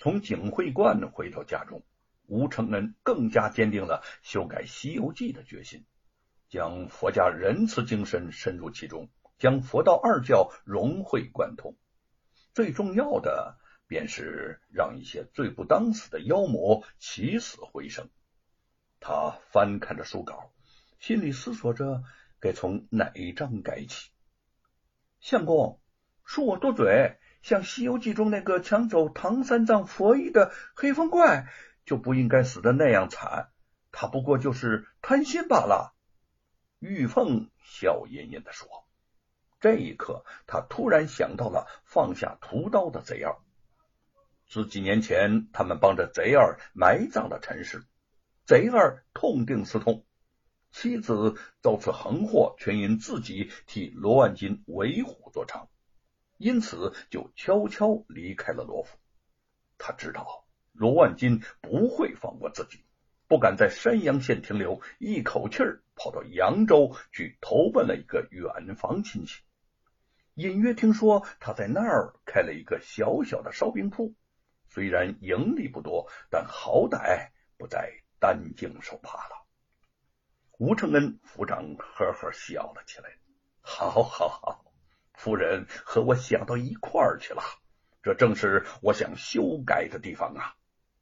从景惠观回到家中，吴承恩更加坚定了修改《西游记》的决心，将佛家仁慈精神深入其中，将佛道二教融会贯通。最重要的便是让一些罪不当死的妖魔起死回生。他翻看着书稿，心里思索着该从哪一章改起。相公，恕我多嘴，像《西游记》中那个抢走唐三藏佛衣的黑风怪，就不应该死得那样惨，他不过就是贪心罢了。玉凤笑吟吟地说。这一刻，他突然想到了放下屠刀的贼二。自几年前，他们帮着贼二埋葬了陈氏，贼二痛定思痛，妻子遭此横祸，全因自己替罗万金为虎作伥，因此就悄悄离开了罗府。他知道罗万金不会放过自己，不敢在山阳县停留，一口气跑到扬州去投奔了一个远房亲戚。隐约听说他在那儿开了一个小小的烧饼铺，虽然盈利不多，但好歹不再担惊受怕了。吴承恩府长呵呵笑了起来。好好好，夫人和我想到一块儿去了，这正是我想修改的地方啊。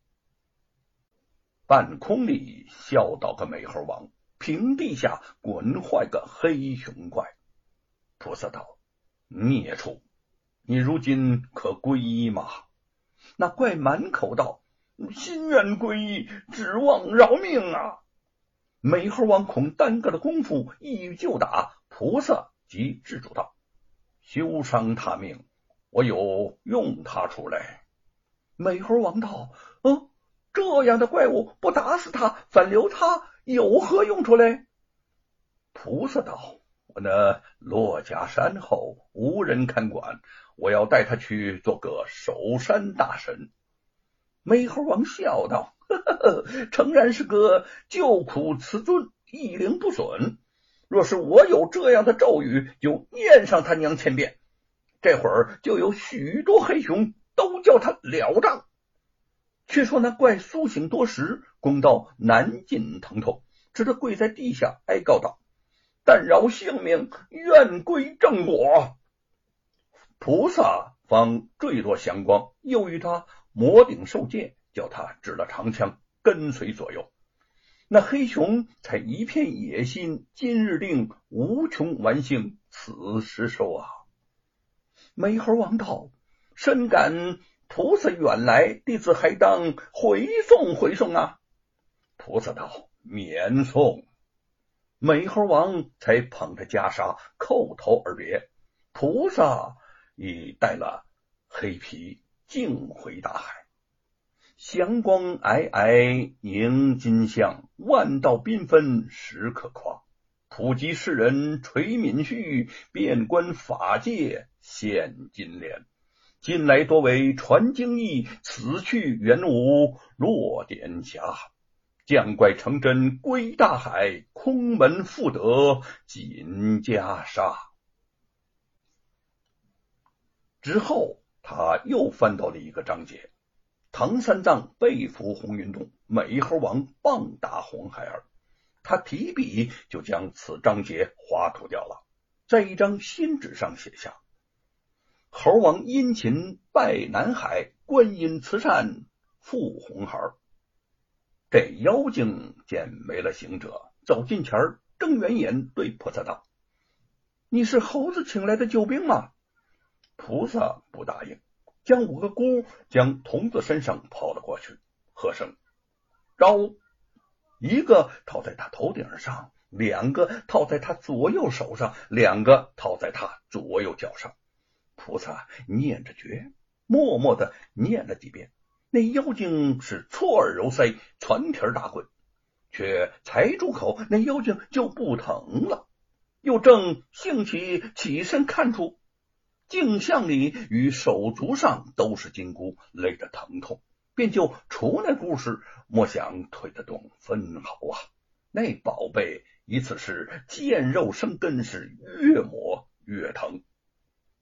半空里笑倒个美猴王，平地下滚坏个黑熊怪。菩萨道：孽畜，你如今可皈依吗？那怪满口道：心愿皈依，指望饶命啊！美猴王恐耽搁了功夫，一语就打。菩萨即制住道：休伤他命，我有用他出来。美猴王道：这样的怪物不打死他，反留他，有何用处嘞？菩萨道：我那落家山后无人看管，我要带他去做个守山大神。美猴王笑道：诚然是个救苦慈尊，一灵不损。若是我有这样的咒语，就念上他娘千遍，这会儿就有许多黑熊都叫他了账。却说那怪苏醒多时，攻到难禁疼痛，只得跪在地下哀告道：但饶性命，愿归正果。菩萨方坠落祥光，又与他摩顶受戒，叫他支了长枪，跟随左右。那黑熊才一片野心，今日定，无穷完幸，此时收啊。美猴王道：深感菩萨远来，弟子还当回送回送啊。菩萨道：免送。美猴王才捧着袈裟叩头而别，菩萨已带了黑皮径回大海。祥光皑皑凝金像，万道缤纷时可夸。普及世人垂敏须，遍观法界现金莲。近来多为传经义，此去原无落点霞。降怪成真归大海，空门复得锦袈裟。之后他又翻到了一个章节，唐三藏被俘红云洞，美猴王棒打红孩儿。他提笔就将此章节划涂掉了，在一张新纸上写下：猴王殷勤拜南海，观音慈善护红孩。这妖精见没了行者，走近前儿，睁圆眼对菩萨道：你是猴子请来的救兵吗？菩萨不答应，将5个箍将童子身上抛了过去，喝声招，一个套在他头顶上，2个套在他左右手上，2个套在他左右脚上。菩萨念着诀，默默地念了几遍，那妖精是搓耳揉腮，窜蹄打滚，却才住口，那妖精就不疼了。又正兴起，起身看出镜像里与手足上都是金箍，累着疼痛，便就除那箍时，莫想推得动分毫啊！那宝贝一次是见肉生根，是越磨越疼。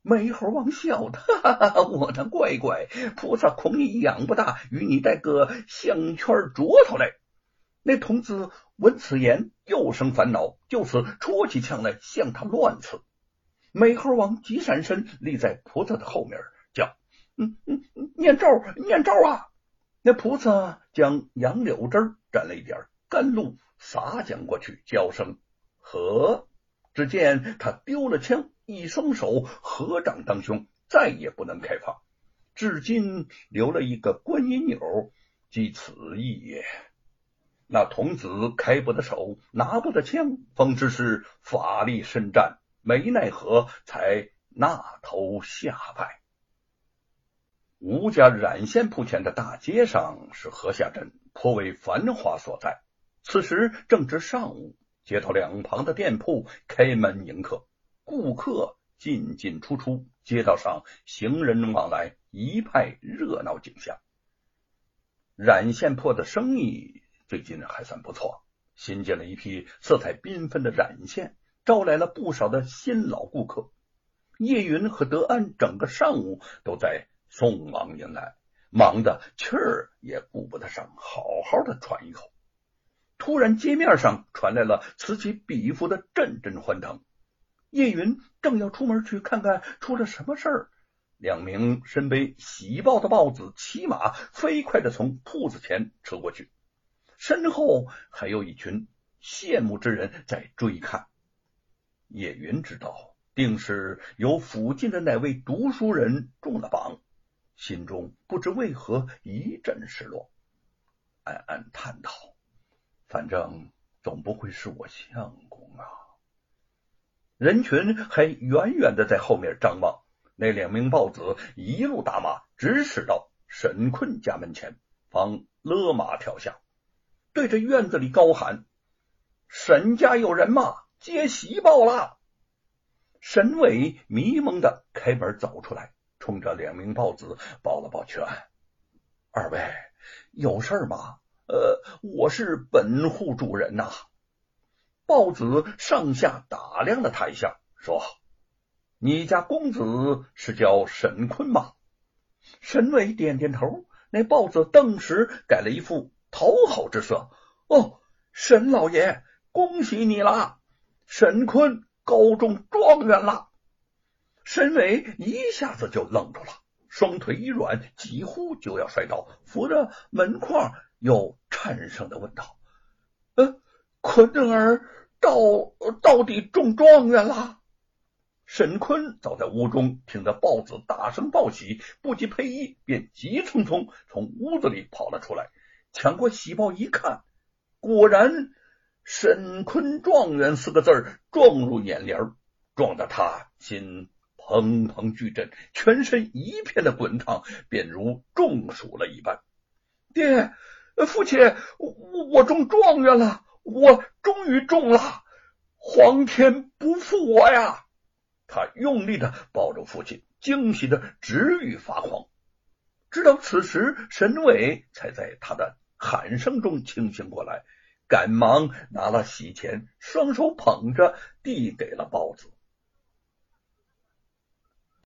美猴王笑道：“哈哈哈，我的乖乖，菩萨恐你养不大，与你带个项圈镯头来。”那童子闻此言，又生烦恼，就此戳起枪来向他乱刺。美猴王急闪身，立在菩萨的后面，叫：“念咒，念咒啊！”那菩萨将杨柳枝蘸了一点甘露洒将过去，叫声“和”。只见他丢了枪，一双手合掌当胸，再也不能开放，至今留了一个观音钮，即此意也。那童子开不得手，拿不得枪，方知是法力深战，没奈何，才纳头下拜。吴家染线铺前的大街上是河下镇，颇为繁华所在。此时正值上午，街头两旁的店铺开门迎客，顾客进进出出，街道上行人往来，一派热闹景象。染线铺的生意最近还算不错，新建了一批色彩缤纷的染线，招来了不少的新老顾客。叶云和德安整个上午都在送往迎来，忙得气儿也顾不得上好好的喘一口。突然街面上传来了此起彼伏的阵阵欢腾，叶云正要出门去看看出了什么事儿，两名身背喜报的豹子骑马飞快地从铺子前车过去，身后还有一群羡慕之人在追看。叶云知道定是有附近的哪位读书人中了榜，心中不知为何一阵失落，暗暗叹道：反正总不会是我相公啊。人群还远远的在后面张望，那两名豹子一路打马直驶到沈坤家门前，方勒马跳下，对着院子里高喊：沈家有人吗？接喜报了！沈伟迷蒙的开门走出来，冲着两名豹子抱了抱拳：二位有事吗？我是本户主人呐。豹子上下打量了他一下，说：你家公子是叫沈坤吗？沈伟点点头，那豹子顿时改了一副讨好之色：哦，沈老爷，恭喜你啦！沈坤高中状元了。沈伟一下子就愣住了，双腿一软，几乎就要摔倒，扶着门框又颤声的问道：坤儿到底中状元了？沈坤早在屋中听着豹子大声报喜，不及呸一，便急匆匆从屋子里跑了出来，抢过喜报一看，果然沈坤状元四个字撞入眼帘，撞得他心砰砰巨震，全身一片的滚烫，便如中暑了一般。爹，父亲，我中状元了，我终于中了，皇天不负我呀！他用力的抱着父亲，惊喜的直欲发狂。直到此时，沈伟才在他的喊声中清醒过来，赶忙拿了喜钱，双手捧着递给了豹子。